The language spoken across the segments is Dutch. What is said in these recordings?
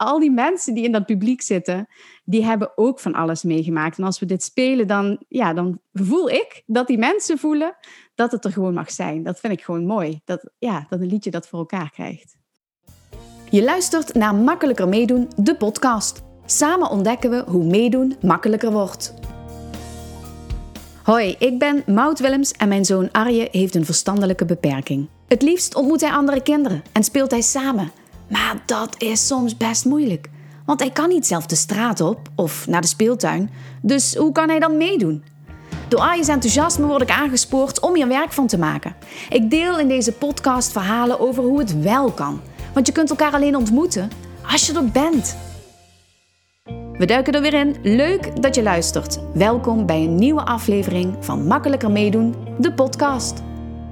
al die mensen die in dat publiek zitten, die hebben ook van alles meegemaakt. En als we dit spelen, dan voel ik dat die mensen voelen dat het er gewoon mag zijn. Dat vind ik gewoon mooi. Dat een liedje dat voor elkaar krijgt. Je luistert naar Makkelijker Meedoen, de podcast. Samen ontdekken we hoe meedoen makkelijker wordt. Hoi, ik ben Maud Willems en mijn zoon Arje heeft een verstandelijke beperking. Het liefst ontmoet hij andere kinderen en speelt hij samen. Maar dat is soms best moeilijk. Want hij kan niet zelf de straat op of naar de speeltuin. Dus hoe kan hij dan meedoen? Door Arje's enthousiasme word ik aangespoord om hier werk van te maken. Ik deel in deze podcast verhalen over hoe het wel kan. Want je kunt elkaar alleen ontmoeten als je er bent. We duiken er weer in. Leuk dat je luistert. Welkom bij een nieuwe aflevering van Makkelijker Meedoen, de podcast.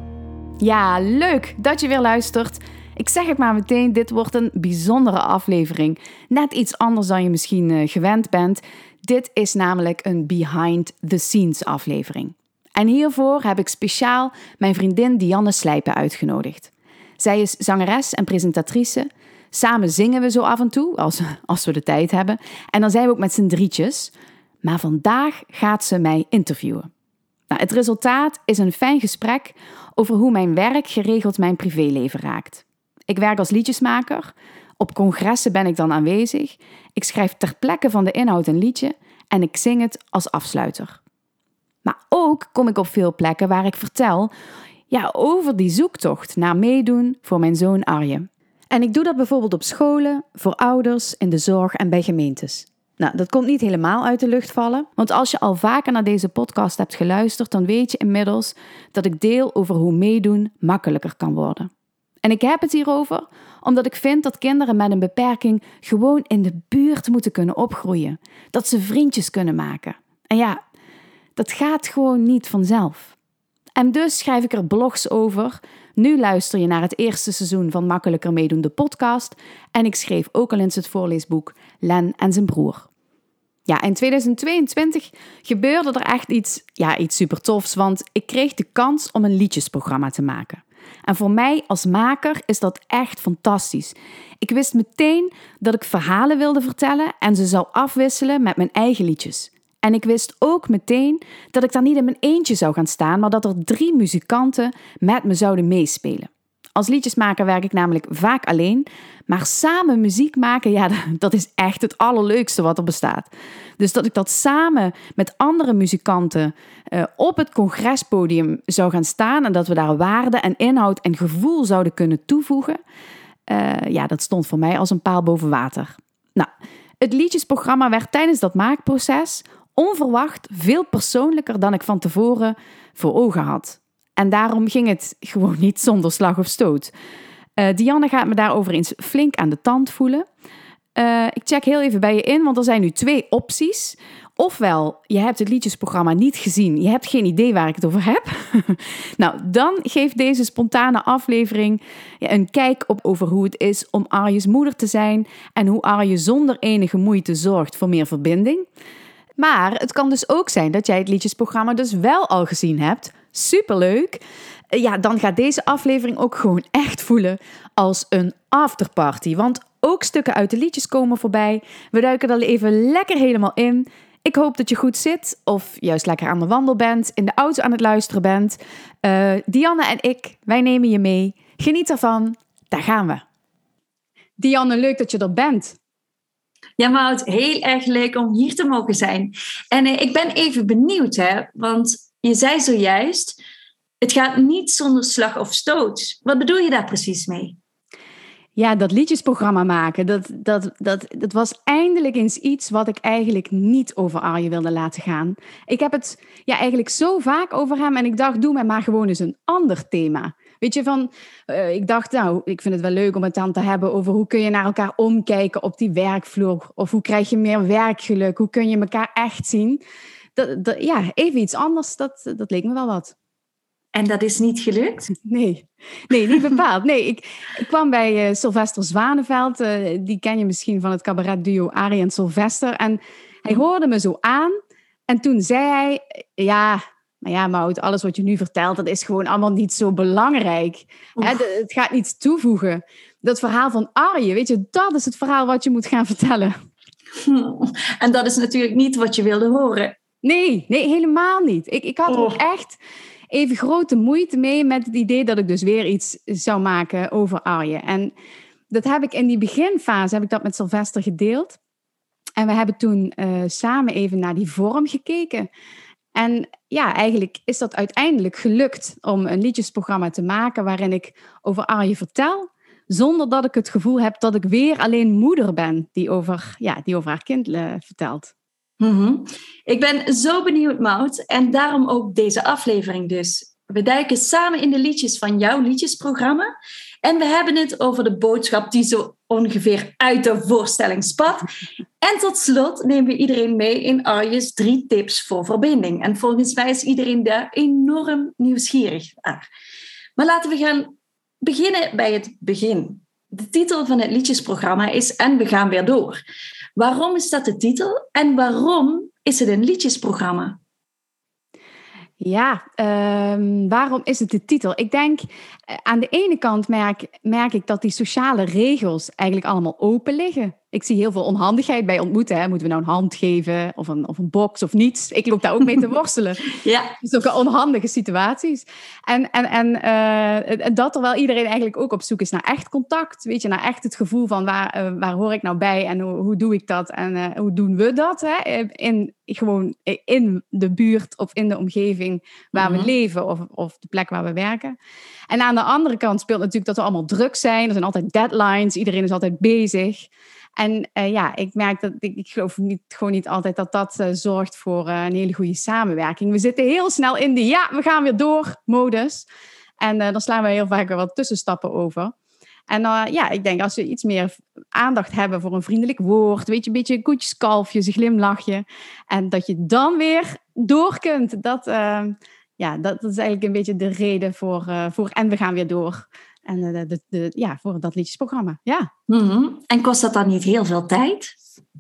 Ja, leuk dat je weer luistert. Ik zeg het maar meteen, dit wordt een bijzondere aflevering. Net iets anders dan je misschien gewend bent. Dit is namelijk een behind the scenes aflevering. En hiervoor heb ik speciaal mijn vriendin Dianne Slijpen uitgenodigd. Zij is zangeres en presentatrice. Samen zingen we zo af en toe, als we de tijd hebben. En dan zijn we ook met z'n drietjes. Maar vandaag gaat ze mij interviewen. Nou, het resultaat is een fijn gesprek over hoe mijn werk geregeld mijn privéleven raakt. Ik werk als liedjesmaker. Op congressen ben ik dan aanwezig. Ik schrijf ter plekke van de inhoud een liedje en ik zing het als afsluiter. Maar ook kom ik op veel plekken waar ik vertel over die zoektocht naar meedoen voor mijn zoon Arje. En ik doe dat bijvoorbeeld op scholen, voor ouders, in de zorg en bij gemeentes. Nou, dat komt niet helemaal uit de lucht vallen, want als je al vaker naar deze podcast hebt geluisterd, dan weet je inmiddels dat ik deel over hoe meedoen makkelijker kan worden. En ik heb het hierover omdat ik vind dat kinderen met een beperking gewoon in de buurt moeten kunnen opgroeien. Dat ze vriendjes kunnen maken. En ja, dat gaat gewoon niet vanzelf. En dus schrijf ik er blogs over. Nu luister je naar het eerste seizoen van Makkelijker Meedoen, de podcast. En ik schreef ook al eens het voorleesboek Len en zijn broer. Ja, in 2022 gebeurde er echt iets super tofs, want ik kreeg de kans om een liedjesprogramma te maken. En voor mij als maker is dat echt fantastisch. Ik wist meteen dat ik verhalen wilde vertellen en ze zou afwisselen met mijn eigen liedjes. En ik wist ook meteen dat ik daar niet in mijn eentje zou gaan staan, maar dat er 3 muzikanten met me zouden meespelen. Als liedjesmaker werk ik namelijk vaak alleen, maar samen muziek maken, dat is echt het allerleukste wat er bestaat. Dus dat ik dat samen met andere muzikanten op het congrespodium zou gaan staan en dat we daar waarde en inhoud en gevoel zouden kunnen toevoegen, dat stond voor mij als een paal boven water. Nou, het liedjesprogramma werd tijdens dat maakproces onverwacht veel persoonlijker dan ik van tevoren voor ogen had. En daarom ging het gewoon niet zonder slag of stoot. Dianne gaat me daarover eens flink aan de tand voelen. Ik check heel even bij je in, want er zijn nu 2 opties. Ofwel, je hebt het liedjesprogramma niet gezien, je hebt geen idee waar ik het over heb. Nou, dan geeft deze spontane aflevering een kijk op over hoe het is om Arje's moeder te zijn en hoe Arje zonder enige moeite zorgt voor meer verbinding. Maar het kan dus ook zijn dat jij het liedjesprogramma dus wel al gezien hebt. Superleuk. Dan gaat deze aflevering ook gewoon echt voelen als een afterparty. Want ook stukken uit de liedjes komen voorbij. We duiken er even lekker helemaal in. Ik hoop dat je goed zit of juist lekker aan de wandel bent, in de auto aan het luisteren bent. Dianne en ik, wij nemen je mee. Geniet ervan. Daar gaan we. Dianne, leuk dat je er bent. Ja, Maud, heel erg leuk om hier te mogen zijn. En ik ben even benieuwd, want je zei zojuist, het gaat niet zonder slag of stoot. Wat bedoel je daar precies mee? Ja, dat liedjesprogramma maken, dat was eindelijk eens iets wat ik eigenlijk niet over Arje wilde laten gaan. Ik heb het eigenlijk zo vaak over hem en ik dacht, doe mij maar gewoon eens een ander thema. Weet je, ik dacht, ik vind het wel leuk om het dan te hebben over hoe kun je naar elkaar omkijken op die werkvloer. Of hoe krijg je meer werkgeluk, hoe kun je elkaar echt zien. Even iets anders, dat leek me wel wat. En dat is niet gelukt? Nee, niet bepaald. Nee, ik kwam bij Sylvester Zwaneveld. Die ken je misschien van het cabaretduo Arie en Sylvester. En hij hoorde me zo aan. En toen zei hij, Maud, alles wat je nu vertelt, dat is gewoon allemaal niet zo belangrijk. Het gaat niets toevoegen. dat verhaal van Arje, weet je, dat is het verhaal wat je moet gaan vertellen. En dat is natuurlijk niet wat je wilde horen. Nee, helemaal niet. Ik had ook echt even grote moeite mee met het idee dat ik dus weer iets zou maken over Arje. En dat heb ik in die beginfase, met Sylvester gedeeld. En we hebben toen samen even naar die vorm gekeken. En ja, eigenlijk is dat uiteindelijk gelukt om een liedjesprogramma te maken waarin ik over Arje vertel, zonder dat ik het gevoel heb dat ik weer alleen moeder ben die over haar kind vertelt. Mm-hmm. Ik ben zo benieuwd, Maud, en daarom ook deze aflevering dus. We duiken samen in de liedjes van jouw liedjesprogramma en we hebben het over de boodschap die zo ongeveer uit de voorstelling spat. En tot slot nemen we iedereen mee in Arje's 3 tips voor verbinding. En volgens mij is iedereen daar enorm nieuwsgierig naar. Maar laten we gaan beginnen bij het begin. De titel van het liedjesprogramma is En we gaan weer door. Waarom is dat de titel en waarom is het een liedjesprogramma? Ja, waarom is het de titel? Ik denk, aan de ene kant merk ik dat die sociale regels eigenlijk allemaal open liggen. Ik zie heel veel onhandigheid bij ontmoeten. Hè. Moeten we nou een hand geven of een box of niets? Ik loop daar ook mee te worstelen. Ja. Zulke onhandige situaties. En dat terwijl iedereen eigenlijk ook op zoek is naar echt contact. Weet je, naar echt het gevoel van waar hoor ik nou bij en hoe doe ik dat en hoe doen we dat? Hè? Gewoon in de buurt of in de omgeving waar we leven of de plek waar we werken. En aan de andere kant speelt natuurlijk dat we allemaal druk zijn. Er zijn altijd deadlines. Iedereen is altijd bezig. En ik merk dat ik geloof gewoon niet altijd dat zorgt voor een hele goede samenwerking. We zitten heel snel in we gaan weer door modus. En dan slaan we heel vaak weer wat tussenstappen over. En ik denk als we iets meer aandacht hebben voor een vriendelijk woord, weet je, een beetje koetjes, kalfjes, een glimlachje. En dat je dan weer door kunt. Dat is eigenlijk een beetje de reden voor En we gaan weer door. En voor dat liedjesprogramma, ja. Mm-hmm. En kost dat dan niet heel veel tijd?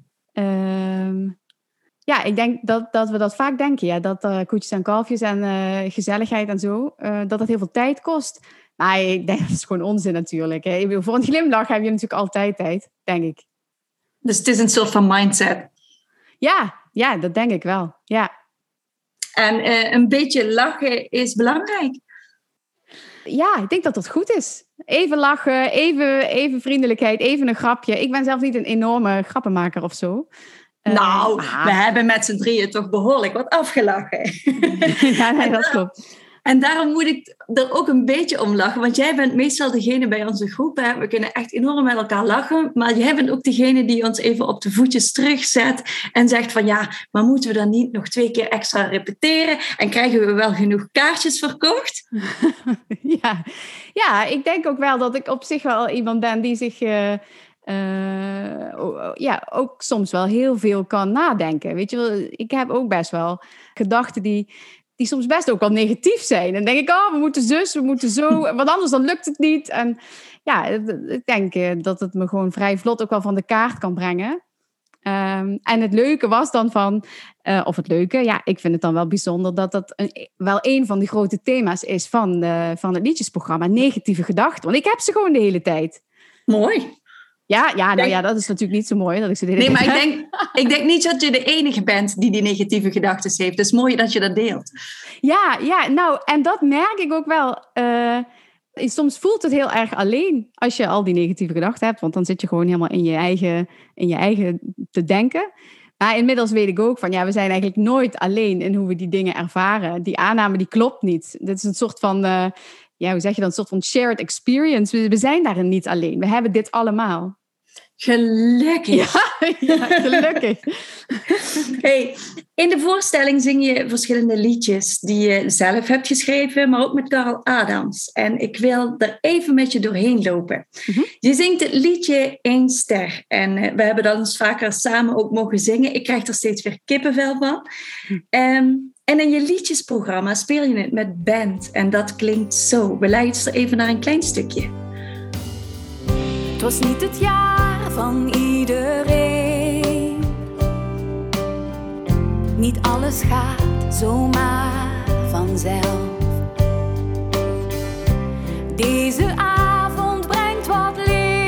Ik denk dat we dat vaak denken. Ja, dat koetjes en kalfjes en gezelligheid en zo, dat heel veel tijd kost. Maar ik denk dat is gewoon onzin natuurlijk. Hè. Voor een glimlach heb je natuurlijk altijd tijd, denk ik. Dus het is een soort van mindset? Ja, dat denk ik wel, ja. En een beetje lachen is belangrijk? Ja, ik denk dat dat goed is. Even lachen, even vriendelijkheid, even een grapje. Ik ben zelf niet een enorme grappenmaker of zo. We hebben met z'n drieën toch behoorlijk wat afgelachen. Ja, nee, dat klopt. En daarom moet ik er ook een beetje om lachen. Want jij bent meestal degene bij onze groep. Hè? We kunnen echt enorm met elkaar lachen. Maar jij bent ook degene die ons even op de voetjes terugzet. En zegt van maar moeten we dan niet nog 2 keer extra repeteren? En krijgen we wel genoeg kaartjes verkocht? Ja, ik denk ook wel dat ik op zich wel iemand ben die zich ook soms wel heel veel kan nadenken. Weet je wel, ik heb ook best wel gedachten die soms best ook wel negatief zijn. En denk ik, we moeten zus, we moeten zo, want anders dan lukt het niet. En ja, ik denk dat het me gewoon vrij vlot ook wel van de kaart kan brengen. En het leuke was dan ik vind het dan wel bijzonder dat wel een van de grote thema's is van het liedjesprogramma, negatieve gedachten. Want ik heb ze gewoon de hele tijd. Mooi. Ja, dat is natuurlijk niet zo mooi dat ik ze de hele tijd maar ik denk niet dat je de enige bent die negatieve gedachten heeft. Dus mooi dat je dat deelt. Ja, en dat merk ik ook wel. Soms voelt het heel erg alleen als je al die negatieve gedachten hebt. Want dan zit je gewoon helemaal in je eigen te denken. Maar inmiddels weet ik ook van, we zijn eigenlijk nooit alleen in hoe we die dingen ervaren. Die aanname, die klopt niet. Dit is een soort van, hoe zeg je dan, een soort van shared experience. We zijn daarin niet alleen. We hebben dit allemaal. Gelukkig. Ja, gelukkig. Hey, in de voorstelling zing je verschillende liedjes die je zelf hebt geschreven, maar ook met Karel Adams. En ik wil er even met je doorheen lopen. Mm-hmm. Je zingt het liedje Eén Ster. En we hebben dat eens vaker samen ook mogen zingen. Ik krijg er steeds weer kippenvel van. En in je liedjesprogramma speel je het met band. En dat klinkt zo. We luisteren even naar een klein stukje. Het was niet het jaar van iedereen. Niet alles gaat zomaar vanzelf. Deze avond brengt wat licht.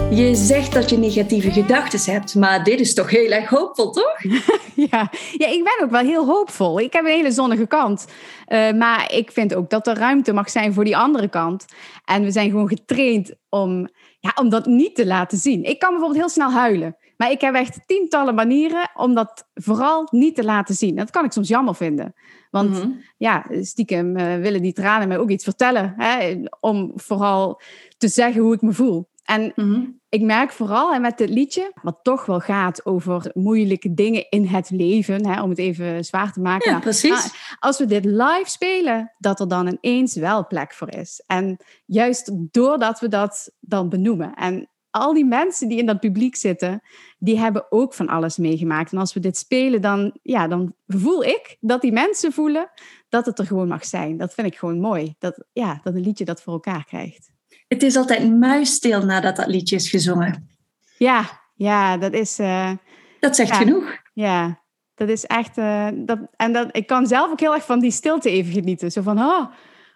Je zegt dat je negatieve gedachten hebt, maar dit is toch heel erg hoopvol, toch? Ja, ik ben ook wel heel hoopvol. Ik heb een hele zonnige kant. Maar ik vind ook dat er ruimte mag zijn voor die andere kant. En we zijn gewoon getraind om dat niet te laten zien. Ik kan bijvoorbeeld heel snel huilen. Maar ik heb echt tientallen manieren om dat vooral niet te laten zien. Dat kan ik soms jammer vinden. Want stiekem willen die tranen mij ook iets vertellen. Hè, om vooral te zeggen hoe ik me voel. En ik merk vooral met dit liedje, wat toch wel gaat over moeilijke dingen in het leven, hè, om het even zwaar te maken. Ja, precies. Maar als we dit live spelen, dat er dan ineens wel plek voor is. En juist doordat we dat dan benoemen. En al die mensen die in dat publiek zitten, die hebben ook van alles meegemaakt. En als we dit spelen, dan voel ik dat die mensen voelen dat het er gewoon mag zijn. Dat vind ik gewoon mooi. Dat een liedje dat voor elkaar krijgt. Het is altijd muisstil nadat dat liedje is gezongen. Ja, dat is... dat zegt genoeg. Ja, dat is echt... ik kan zelf ook heel erg van die stilte even genieten. Zo van,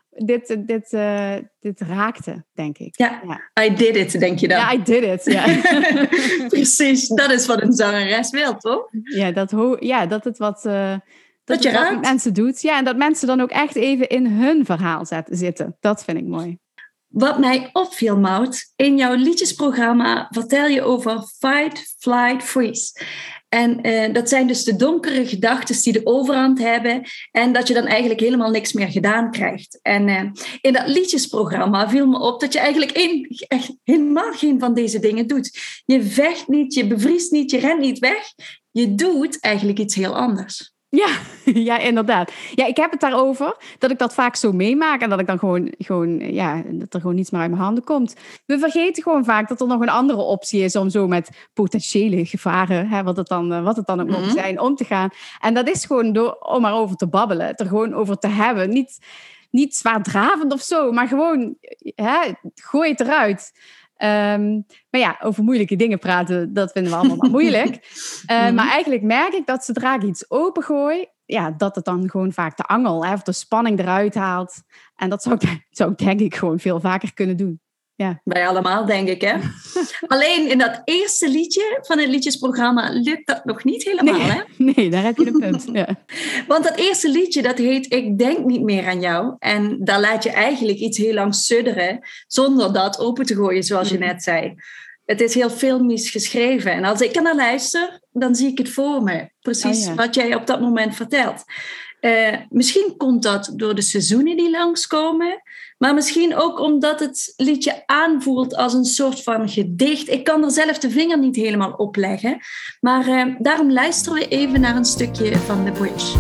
dit raakte, denk ik. Ja, I did it, denk je dan. Ja, I did it, ja. Precies, dat is wat een zangeres wil, toch? Ja, dat het wat... dat je raakt. Mensen doet. Ja, en dat mensen dan ook echt even in hun verhaal zitten. Dat vind ik mooi. Wat mij opviel, Maud, in jouw liedjesprogramma vertel je over fight, flight, freeze. En dat zijn dus de donkere gedachten die de overhand hebben en dat je dan eigenlijk helemaal niks meer gedaan krijgt. En in dat liedjesprogramma viel me op dat je eigenlijk echt helemaal geen van deze dingen doet. Je vecht niet, je bevriest niet, je rent niet weg. Je doet eigenlijk iets heel anders. Ja, inderdaad. Ja, ik heb het daarover dat ik dat vaak zo meemaak en dat ik dan dat er gewoon niets meer uit mijn handen komt. We vergeten gewoon vaak dat er nog een andere optie is om zo met potentiële gevaren, hè, wat het dan ook mogen zijn, om te gaan. En dat is gewoon om maar over te babbelen, het er gewoon over te hebben. Niet zwaardravend of zo, maar gewoon gooi het eruit. Maar ja, over moeilijke dingen praten, dat vinden we allemaal maar moeilijk. Maar eigenlijk merk ik dat zodra ik iets opengooi, dat het dan gewoon vaak de angel of de spanning eruit haalt. En dat zou ik denk ik gewoon veel vaker kunnen doen. Ja. Wij allemaal, denk ik, hè? Alleen in dat eerste liedje van het liedjesprogramma lukt dat nog niet helemaal, hè? Nee, daar heb je een punt. Ja. Want dat eerste liedje, dat heet Ik denk niet meer aan jou. En daar laat je eigenlijk iets heel lang sudderen, zonder dat open te gooien, zoals je net zei. Het is heel filmisch geschreven. En als ik er naar luister, dan zie ik het voor me. Precies wat jij op dat moment vertelt. Misschien komt dat door de seizoenen die langskomen. Maar misschien ook omdat het liedje aanvoelt als een soort van gedicht. Ik kan er zelf de vinger niet helemaal op leggen. Maar daarom luisteren we even naar een stukje van The Bridge.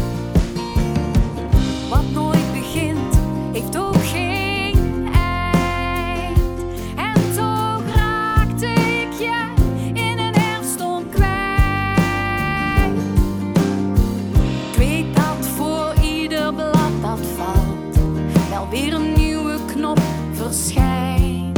Wat nooit begint, heeft ook geen eind. En toch raakte ik je in een herfststorm kwijt. Ik weet dat voor ieder blad dat valt wel weer een nieuwe knop verschijnt.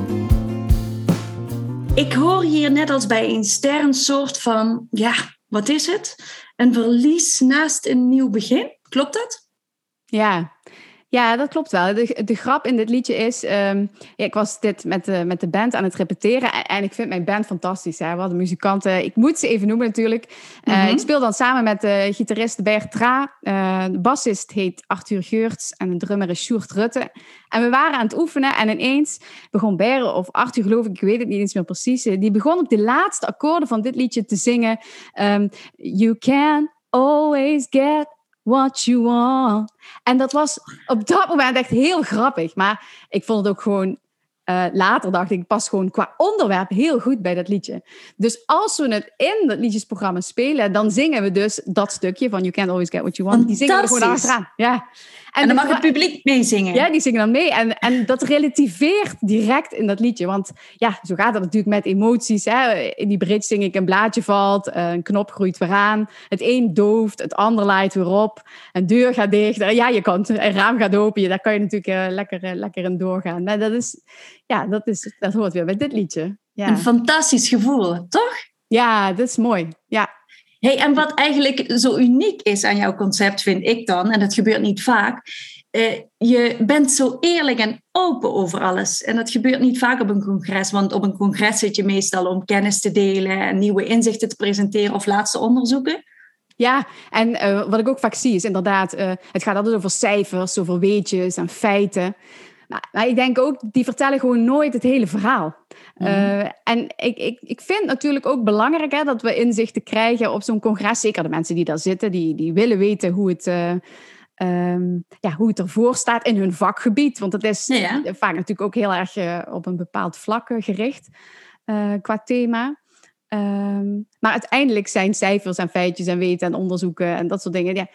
Ik hoor hier net als bij een ster een soort van, wat is het? Een verlies naast een nieuw begin. Klopt dat? Ja, dat klopt wel. De grap in dit liedje is... ik was dit met de band aan het repeteren. En ik vind mijn band fantastisch. Hè? We hadden muzikanten. Ik moet ze even noemen natuurlijk. Ik speel dan samen met de gitarist Bert Tra. De bassist heet Arthur Geurts. En de drummer is Sjoerd Rutte. En we waren aan het oefenen. En ineens begon Bert, of Arthur geloof ik weet het niet eens meer precies. Die begon op de laatste akkoorden van dit liedje te zingen. You can always get what you want. En dat was op dat moment echt heel grappig. Maar ik vond het ook gewoon... later dacht ik, pas gewoon qua onderwerp heel goed bij dat liedje. Dus als we het in dat liedjesprogramma spelen, dan zingen we dus dat stukje van You Can't Always Get What You Want. Die zingen we gewoon achteraan. Ja. En dan mag het publiek meezingen. Ja, die zingen dan mee. En dat relativeert direct in dat liedje. Want ja, zo gaat het natuurlijk met emoties. Hè. In die bridge zing ik een blaadje valt, een knop groeit weer aan. Het een dooft, het ander laait weer op. Een deur gaat dicht. Ja, een raam gaat open. Daar kan je natuurlijk lekker in doorgaan. Maar dat hoort weer bij dit liedje. Ja. Een fantastisch gevoel, toch? Ja, dat is mooi. Ja. Hey, en wat eigenlijk zo uniek is aan jouw concept, vind ik dan, en dat gebeurt niet vaak, je bent zo eerlijk en open over alles. En dat gebeurt niet vaak op een congres, want op een congres zit je meestal om kennis te delen en nieuwe inzichten te presenteren of laatste onderzoeken. Ja, en wat ik ook vaak zie is inderdaad, het gaat altijd over cijfers, over weetjes en feiten. Maar ik denk ook, die vertellen gewoon nooit het hele verhaal. En ik vind natuurlijk ook belangrijk dat we inzichten krijgen op zo'n congres. Zeker de mensen die daar zitten, die willen weten hoe het ervoor staat in hun vakgebied. Want het is vaak natuurlijk ook heel erg op een bepaald vlak gericht qua thema. Maar uiteindelijk zijn cijfers en feitjes en weten en onderzoeken en dat soort dingen,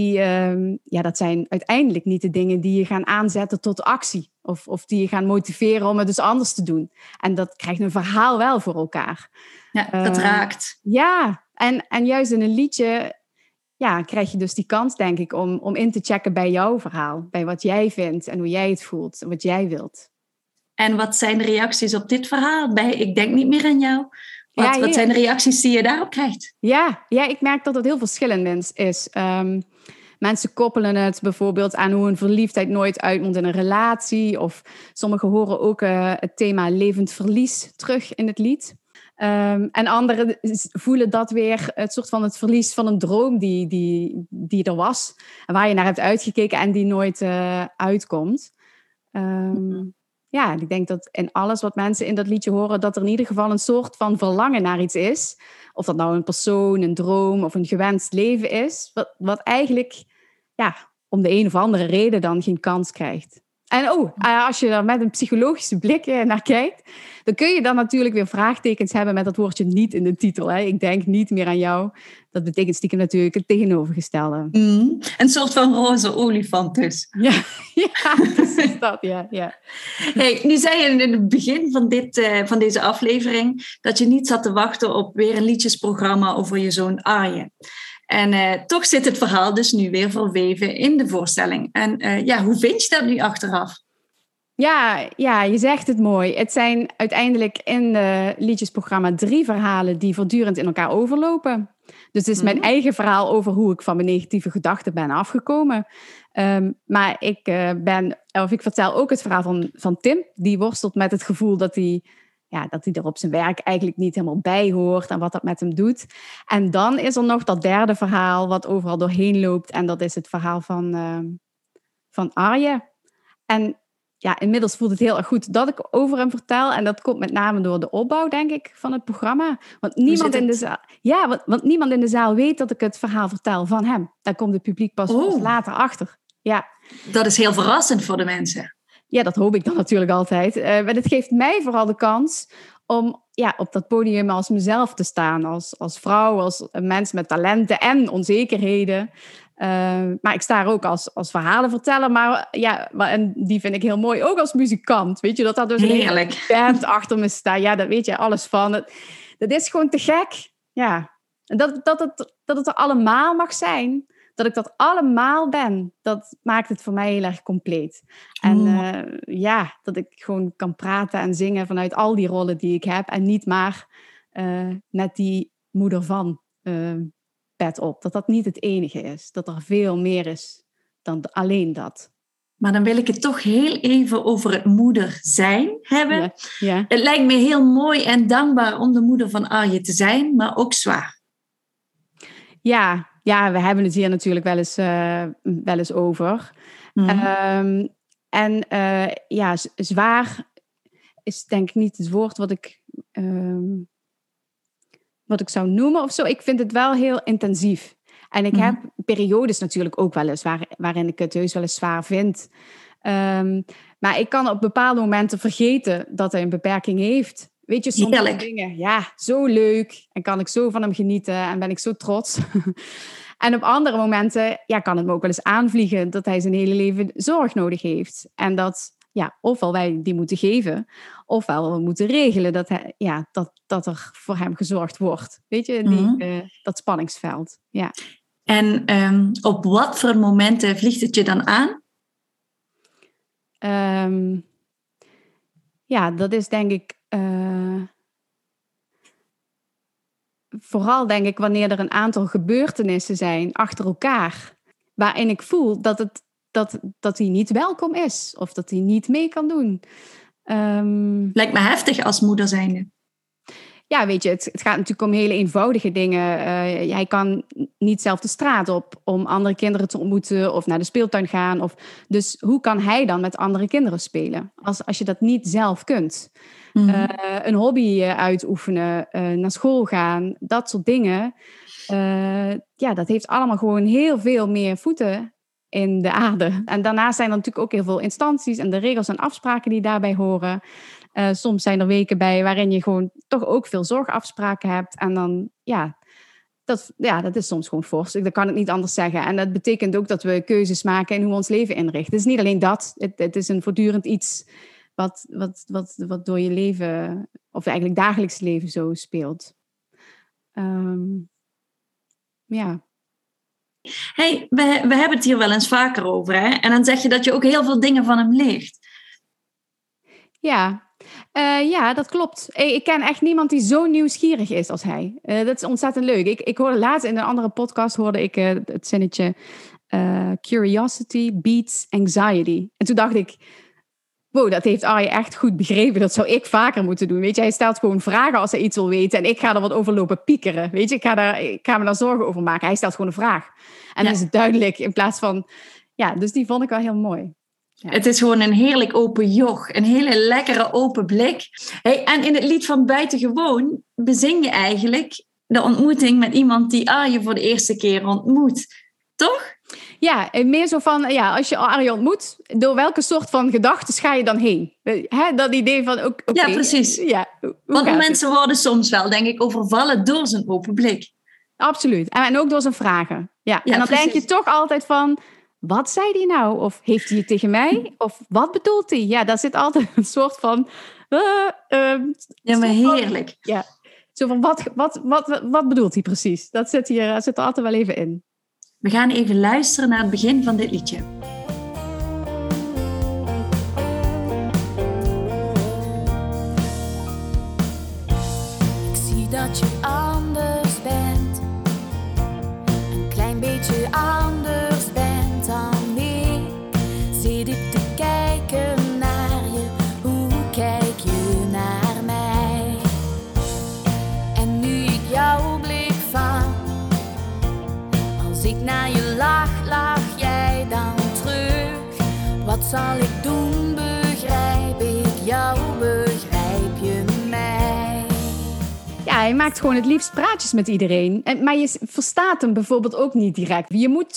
dat zijn uiteindelijk niet de dingen die je gaan aanzetten tot actie. Of die je gaan motiveren om het dus anders te doen. En dat krijgt een verhaal wel voor elkaar. Ja, dat raakt. Ja, en juist in een liedje krijg je dus die kans, denk ik, om in te checken bij jouw verhaal. Bij wat jij vindt en hoe jij het voelt en wat jij wilt. En wat zijn de reacties op dit verhaal? Bij Ik denk niet meer aan jou. Wat zijn de reacties die je daarop krijgt? Ja, ik merk dat het heel verschillend is. Mensen koppelen het bijvoorbeeld aan hoe een verliefdheid nooit uitmondt in een relatie. Of sommigen horen ook het thema levend verlies terug in het lied. En anderen voelen dat weer het soort van het verlies van een droom die er was. En waar je naar hebt uitgekeken en die nooit uitkomt. Ja, ik denk dat in alles wat mensen in dat liedje horen, dat er in ieder geval een soort van verlangen naar iets is. Of dat nou een persoon, een droom of een gewenst leven is. Wat eigenlijk om de een of andere reden dan geen kans krijgt. En als je er met een psychologische blik naar kijkt, dan kun je dan natuurlijk weer vraagtekens hebben met dat woordje niet in de titel. Hè? Ik denk niet meer aan jou. Dat betekent stiekem natuurlijk het tegenovergestelde. Een soort van roze olifant dus. Ja, precies dat, ja. Hey, nu zei je in het begin van deze aflevering dat je niet zat te wachten op weer een liedjesprogramma over je zoon Arjen. En toch zit het verhaal dus nu weer verweven in de voorstelling. En hoe vind je dat nu achteraf? Ja, je zegt het mooi. Het zijn uiteindelijk in het liedjesprogramma 3 verhalen die voortdurend in elkaar overlopen. Dus het is mijn eigen verhaal over hoe ik van mijn negatieve gedachten ben afgekomen. Maar ik vertel ook het verhaal van Tim. Die worstelt met het gevoel dat hij er op zijn werk eigenlijk niet helemaal bij hoort en wat dat met hem doet. En dan is er nog dat derde verhaal wat overal doorheen loopt. En dat is het verhaal van Arjen. En inmiddels voelt het heel erg goed dat ik over hem vertel. En dat komt met name door de opbouw, denk ik, van het programma. Want niemand in de zaal weet dat ik het verhaal vertel van hem. Daar komt het publiek pas later achter. Ja. Dat is heel verrassend voor de mensen. Ja, dat hoop ik dan natuurlijk altijd. Maar het geeft mij vooral de kans om op dat podium als mezelf te staan. Als vrouw, als mens met talenten en onzekerheden. Maar ik sta er ook als verhalenverteller. En die vind ik heel mooi. Ook als muzikant. Weet je, dat daar dus een hele band achter me staat. Ja, daar weet je alles van. Dat is gewoon te gek. Ja. Dat het er allemaal mag zijn. Dat ik dat allemaal ben, dat maakt het voor mij heel erg compleet. En dat ik gewoon kan praten en zingen vanuit al die rollen die ik heb. En niet maar met die moeder van pet op. Dat niet het enige is. Dat er veel meer is dan alleen dat. Maar dan wil ik het toch heel even over het moeder zijn hebben. Ja. Het lijkt me heel mooi en dankbaar om de moeder van Arjen te zijn, maar ook zwaar. Ja, we hebben het hier natuurlijk wel eens over. Zwaar is denk ik niet het woord wat ik zou noemen of zo. Ik vind het wel heel intensief. En ik heb periodes natuurlijk ook wel eens waarin ik het heus wel eens zwaar vind. Maar ik kan op bepaalde momenten vergeten dat hij een beperking heeft. Weet je, sommige dingen, zo leuk. En kan ik zo van hem genieten en ben ik zo trots. En op andere momenten kan het me ook wel eens aanvliegen dat hij zijn hele leven zorg nodig heeft. En dat ofwel wij die moeten geven, ofwel we moeten regelen dat er voor hem gezorgd wordt. Weet je, dat spanningsveld. Ja. En op wat voor momenten vliegt het je dan aan? Dat is denk ik vooral denk ik wanneer er een aantal gebeurtenissen zijn achter elkaar, waarin ik voel dat dat hij niet welkom is. Of dat hij niet mee kan doen. Lijkt me heftig als moeder zijnde. Ja, weet je, het gaat natuurlijk om hele eenvoudige dingen. Hij kan niet zelf de straat op om andere kinderen te ontmoeten of naar de speeltuin gaan. Dus hoe kan hij dan met andere kinderen spelen? Als je dat niet zelf kunt. Een hobby uitoefenen, naar school gaan, dat soort dingen. Dat heeft allemaal gewoon heel veel meer voeten in de aarde. En daarnaast zijn er natuurlijk ook heel veel instanties en de regels en afspraken die daarbij horen. Soms zijn er weken bij waarin je gewoon toch ook veel zorgafspraken hebt. En dan, dat is soms gewoon fors. Dat kan ik niet anders zeggen. En dat betekent ook dat we keuzes maken in hoe we ons leven inrichten. Het is niet alleen dat. Het is een voortdurend iets wat door je leven, of eigenlijk dagelijks leven zo speelt. Hey, we hebben het hier wel eens vaker over, hè? En dan zeg je dat je ook heel veel dingen van hem leert. Ja, dat klopt. Ik ken echt niemand die zo nieuwsgierig is als hij. Dat is ontzettend leuk. Ik hoorde laatst in een andere podcast het zinnetje curiosity beats anxiety. En toen dacht ik, wow, dat heeft Arje echt goed begrepen. Dat zou ik vaker moeten doen. Weet je, hij stelt gewoon vragen als hij iets wil weten. En ik ga er wat over lopen piekeren. Weet je, ik ga me daar zorgen over maken. Hij stelt gewoon een vraag. En dan is het duidelijk in plaats van... Ja, dus die vond ik wel heel mooi. Ja. Het is gewoon een heerlijk open joch. Een hele lekkere open blik. Hey, en in het lied van Buitengewoon bezing je eigenlijk de ontmoeting met iemand die Arje voor de eerste keer ontmoet. Toch? Ja, meer zo van, als je Arje ontmoet, door welke soort van gedachten ga je dan heen? Dat idee van, oké. Ja, precies. Ja, want mensen worden soms wel, denk ik, overvallen door zijn open blik. Absoluut. En ook door zijn vragen. Ja. En dan precies. denk je toch altijd van, wat zei hij nou? Of heeft hij het tegen mij? Of wat bedoelt hij? Ja, daar zit altijd een soort van... ja, maar heerlijk. Ja. Zo van, wat bedoelt hij precies? Dat zit er altijd wel even in. We gaan even luisteren naar het begin van dit liedje. Ik zie dat je anders bent. Een klein beetje anders bent dan ik. Zit ik te kijken naar je. Hoe kijk je naar mij? En nu ik jouw blik vang. Als ik naar je lach jij dan terug. Wat zal ik doen? Begrijp ik jou? Begrijp je mij? Ja, hij maakt gewoon het liefst praatjes met iedereen. Maar je verstaat hem bijvoorbeeld ook niet direct. Je moet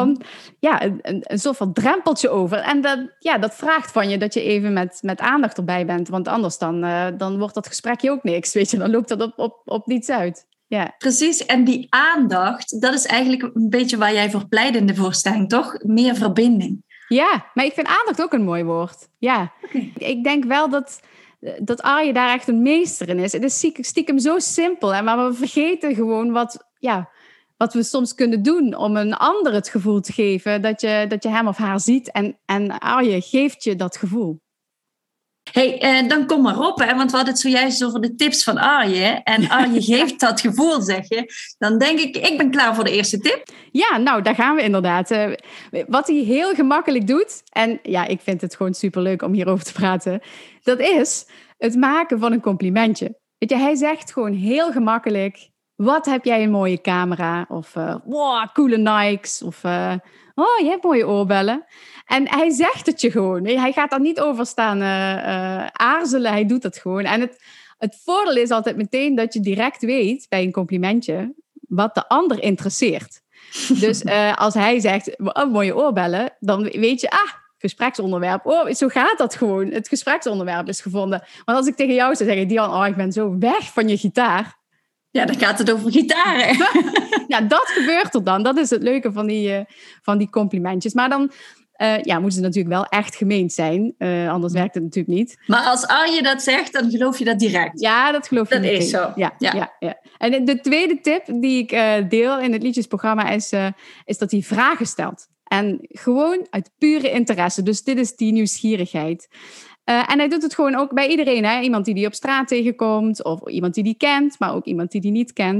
een soort van drempeltje over. En dat vraagt van je dat je even met aandacht erbij bent. Want anders dan wordt dat gesprekje ook niks. Weet je, dan loopt dat op niets uit. Ja. Precies, en die aandacht, dat is eigenlijk een beetje waar jij voor pleit in de voorstelling, toch? Meer verbinding. Ja, maar ik vind aandacht ook een mooi woord. Ja, okay. Ik denk wel dat Arje daar echt een meester in is. Het is stiekem zo simpel, maar we vergeten gewoon wat we soms kunnen doen om een ander het gevoel te geven dat je hem of haar ziet. En Arje geeft je dat gevoel. Hey, dan kom maar op, hè, want we hadden het zojuist over de tips van Arje. En Arje geeft dat gevoel, zeg je. Dan denk ik ben klaar voor de eerste tip. Ja, nou, daar gaan we inderdaad. Wat hij heel gemakkelijk doet, en ja, ik vind het gewoon superleuk om hierover te praten, dat is het maken van een complimentje. Weet je, hij zegt gewoon heel gemakkelijk, wat heb jij een mooie camera? Of, wow, coole Nikes. Of, je hebt mooie oorbellen. En hij zegt het je gewoon. Hij gaat daar niet over staan aarzelen. Hij doet het gewoon. En het voordeel is altijd meteen dat je direct weet bij een complimentje wat de ander interesseert. Dus als hij zegt, mooie oorbellen, dan weet je, gespreksonderwerp. Oh, zo gaat dat gewoon. Het gespreksonderwerp is gevonden. Want als ik tegen jou zou zeggen, Dian, ik ben zo weg van je gitaar. Ja, dan gaat het over gitaren. Ja, dat gebeurt er dan. Dat is het leuke van die complimentjes. Maar dan moeten ze natuurlijk wel echt gemeend zijn. Anders werkt het natuurlijk niet. Maar als Arje dat zegt, dan geloof je dat direct. Ja, dat geloof je dat meteen. Is zo. Ja. En de tweede tip die ik deel in het liedjesprogramma is dat hij vragen stelt. En gewoon uit pure interesse. Dus dit is die nieuwsgierigheid. En hij doet het gewoon ook bij iedereen. Hè? Iemand die op straat tegenkomt. Of iemand die kent. Maar ook iemand die niet kent.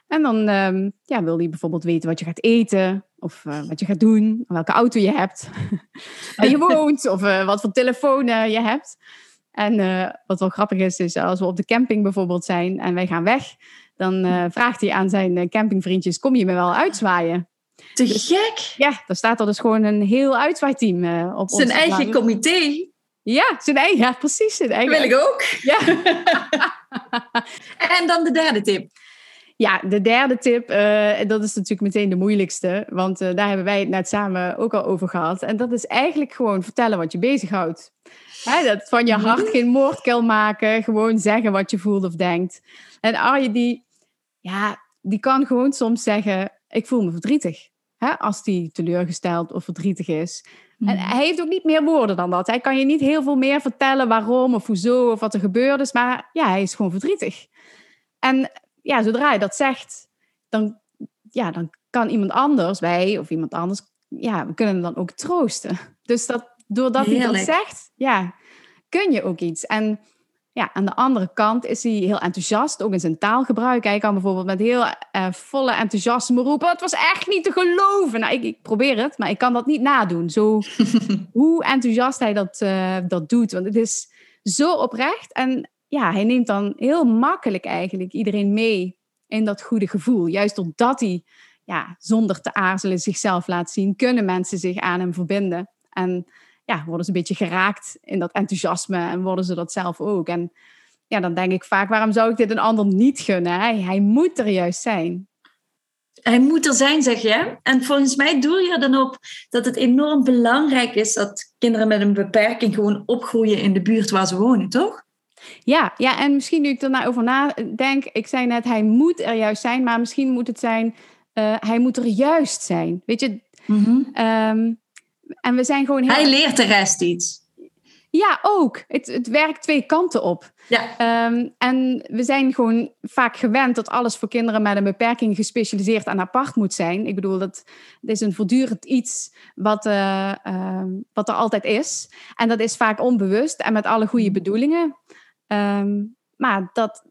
En dan wil hij bijvoorbeeld weten wat je gaat eten. Of wat je gaat doen. Welke auto je hebt. Waar je woont. Of wat voor telefoon je hebt. En wat wel grappig is als we op de camping bijvoorbeeld zijn. En wij gaan weg. Dan vraagt hij aan zijn campingvriendjes. Kom je me wel uitzwaaien? Te gek! Ja, daar staat er dus gewoon een heel uitzwaaiteam op. Zijn eigen comité. Ja, zijn eigen. Ja, precies. Zijn eigen. Dat wil ik ook. Ja. En dan de derde tip. Ja, de derde tip, dat is natuurlijk meteen de moeilijkste. Want daar hebben wij het net samen ook al over gehad. En dat is eigenlijk gewoon vertellen wat je bezighoudt. Dat van je hart geen moordkuil maken. Gewoon zeggen wat je voelt of denkt. En Arje, die kan gewoon soms zeggen, ik voel me verdrietig. Als die teleurgesteld of verdrietig is. En hij heeft ook niet meer woorden dan dat. Hij kan je niet heel veel meer vertellen waarom of hoezo of wat er gebeurd is. Maar ja, hij is gewoon verdrietig. En ja, zodra je dat zegt, dan kan iemand anders, wij of iemand anders, we kunnen hem dan ook troosten. Dus doordat hij dat zegt, kun je ook iets. En ja, aan de andere kant is hij heel enthousiast, ook in zijn taalgebruik. Hij kan bijvoorbeeld met heel volle enthousiasme roepen, het was echt niet te geloven. Nou, ik probeer het, maar ik kan dat niet nadoen. Zo, hoe enthousiast hij dat doet, want het is zo oprecht. En ja, hij neemt dan heel makkelijk eigenlijk iedereen mee in dat goede gevoel. Juist doordat hij zonder te aarzelen zichzelf laat zien, kunnen mensen zich aan hem verbinden. En worden ze een beetje geraakt in dat enthousiasme en worden ze dat zelf ook. En ja, dan denk ik vaak, waarom zou ik dit een ander niet gunnen? Hij moet er juist zijn. Hij moet er zijn, zeg je. En volgens mij doe je er dan op dat het enorm belangrijk is dat kinderen met een beperking gewoon opgroeien in de buurt waar ze wonen, toch? Ja, en misschien nu ik er over nadenk, ik zei net, hij moet er juist zijn, maar misschien moet het zijn, hij moet er juist zijn. Weet je, en we zijn gewoon Hij leert de rest iets. Ja, ook. Het werkt twee kanten op. Ja. En we zijn gewoon vaak gewend dat alles voor kinderen met een beperking gespecialiseerd en apart moet zijn. Ik bedoel, dat is een voortdurend iets wat er altijd is. En dat is vaak onbewust en met alle goede bedoelingen. Maar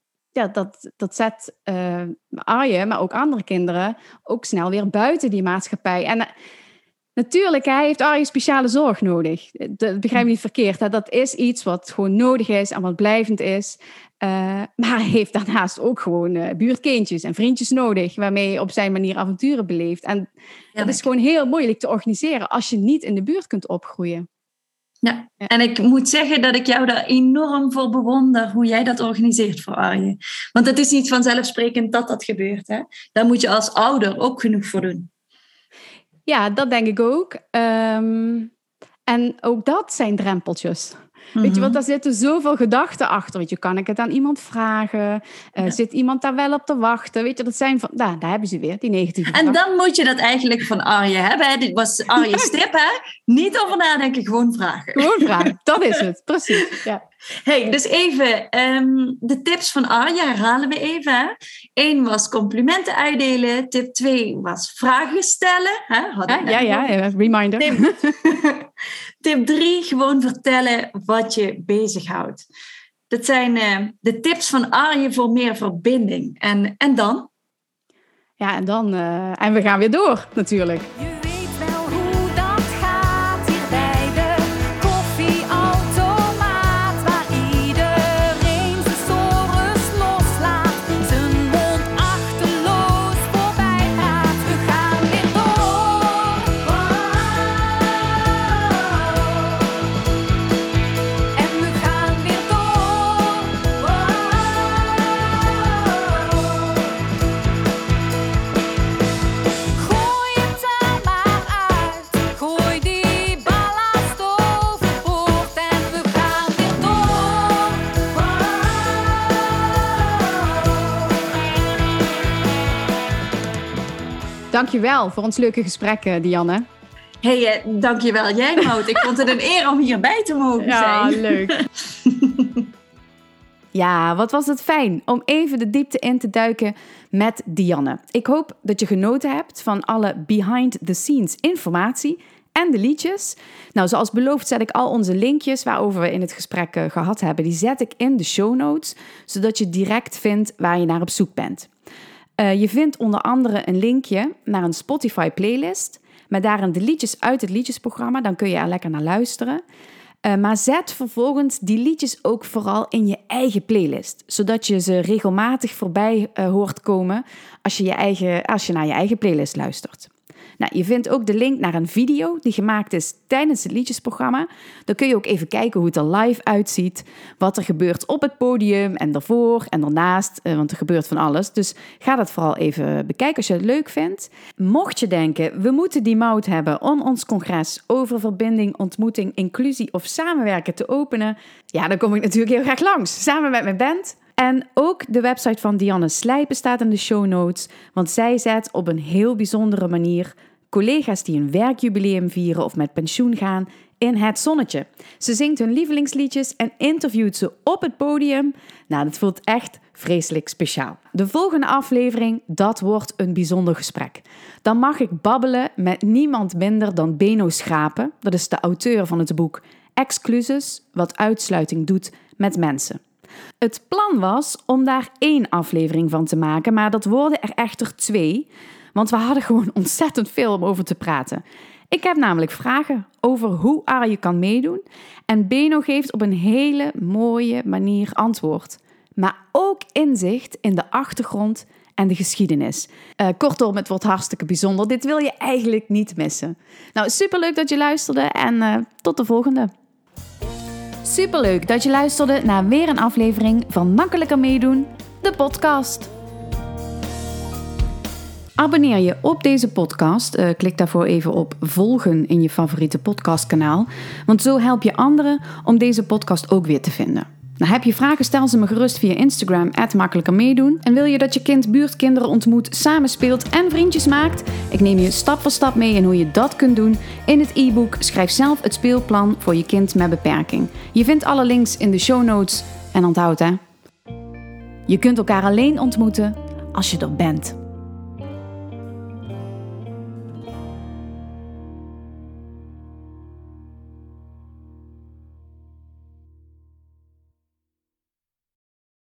dat zet Arje, maar ook andere kinderen, ook snel weer buiten die maatschappij. En natuurlijk, hij heeft Arje speciale zorg nodig. Dat begrijp me niet verkeerd. Hè? Dat is iets wat gewoon nodig is en wat blijvend is. Maar hij heeft daarnaast ook gewoon buurtkindjes en vriendjes nodig, waarmee hij op zijn manier avonturen beleeft. En dat is gewoon heel moeilijk te organiseren als je niet in de buurt kunt opgroeien. Ja, en ik moet zeggen dat ik jou daar enorm voor bewonder hoe jij dat organiseert voor Arje. Want het is niet vanzelfsprekend dat gebeurt. Hè? Daar moet je als ouder ook genoeg voor doen. Ja, dat denk ik ook. En ook dat zijn drempeltjes. Weet je, want daar zitten zoveel gedachten achter. Weet je, kan ik het aan iemand vragen? Zit iemand daar wel op te wachten? Weet je, dat zijn van, daar hebben ze weer, die negatieve gedachten. En dan moet je dat eigenlijk van Arje hebben. Dit was Arje's tip, hè? Niet over nadenken, gewoon vragen. Gewoon vragen, dat is het, precies. Ja. Hey, dus even, de tips van Arje herhalen we even. Hè? 1 was complimenten uitdelen. Tip 2 was vragen stellen. Hè? Ja, reminder. Tip 3, gewoon vertellen wat je bezighoudt. Dat zijn de tips van Arje voor meer verbinding. En dan? Ja, en dan... en we gaan weer door, natuurlijk. Je weet wel hoe dat gaat hier bij de koffieautomaat, waar iedereen zijn sores loslaat, zijn mond achterloos voorbij praat. We gaan weer door. En we gaan weer door. Gooi het er maar uit. Gooi die ballast overboord en we gaan weer door. Dankjewel voor ons leuke gesprek, Dianne. Hey, dankjewel jij, Maud. Ik vond het een eer om hierbij te mogen zijn. Leuk. Ja, wat was het fijn om even de diepte in te duiken met Dianne. Ik hoop dat je genoten hebt van alle behind-the-scenes informatie en de liedjes. Nou, zoals beloofd zet ik al onze linkjes waarover we in het gesprek gehad hebben, die zet ik in de show notes, zodat je direct vindt waar je naar op zoek bent. Je vindt onder andere een linkje naar een Spotify playlist met daarin de liedjes uit het liedjesprogramma. Dan kun je er lekker naar luisteren. Maar zet vervolgens die liedjes ook vooral in je eigen playlist. Zodat je ze regelmatig voorbij hoort komen als je naar je eigen playlist luistert. Nou, je vindt ook de link naar een video die gemaakt is tijdens het liedjesprogramma. Dan kun je ook even kijken hoe het er live uitziet. Wat er gebeurt op het podium en daarvoor en daarnaast. Want er gebeurt van alles. Dus ga dat vooral even bekijken als je het leuk vindt. Mocht je denken, we moeten die Maud hebben om ons congres over verbinding, ontmoeting, inclusie of samenwerken te openen. Ja, dan kom ik natuurlijk heel graag langs. Samen met mijn band. En ook de website van Dianne Slijpen staat in de show notes, want zij zet op een heel bijzondere manier collega's die een werkjubileum vieren of met pensioen gaan in het zonnetje. Ze zingt hun lievelingsliedjes en interviewt ze op het podium. Nou, dat voelt echt vreselijk speciaal. De volgende aflevering, dat wordt een bijzonder gesprek. Dan mag ik babbelen met niemand minder dan Benno Schrapen. Dat is de auteur van het boek Exclusus, wat uitsluiting doet met mensen. Het plan was om daar 1 aflevering van te maken, maar dat worden er echter 2, want we hadden gewoon ontzettend veel om over te praten. Ik heb namelijk vragen over hoe Arje kan meedoen en Benno geeft op een hele mooie manier antwoord. Maar ook inzicht in de achtergrond en de geschiedenis. Kortom, het wordt hartstikke bijzonder. Dit wil je eigenlijk niet missen. Nou, superleuk dat je luisterde en tot de volgende. Superleuk dat je luisterde naar weer een aflevering van Makkelijker Meedoen, de podcast. Abonneer je op deze podcast. Klik daarvoor even op volgen in je favoriete podcastkanaal. Want zo help je anderen om deze podcast ook weer te vinden. Nou, heb je vragen, stel ze me gerust via Instagram @makkelijkermeedoen. En wil je dat je kind buurtkinderen ontmoet, samenspeelt en vriendjes maakt? Ik neem je stap voor stap mee in hoe je dat kunt doen in het e-book Schrijf zelf het speelplan voor je kind met beperking. Je vindt alle links in de show notes. En onthoud hè, je kunt elkaar alleen ontmoeten als je er bent.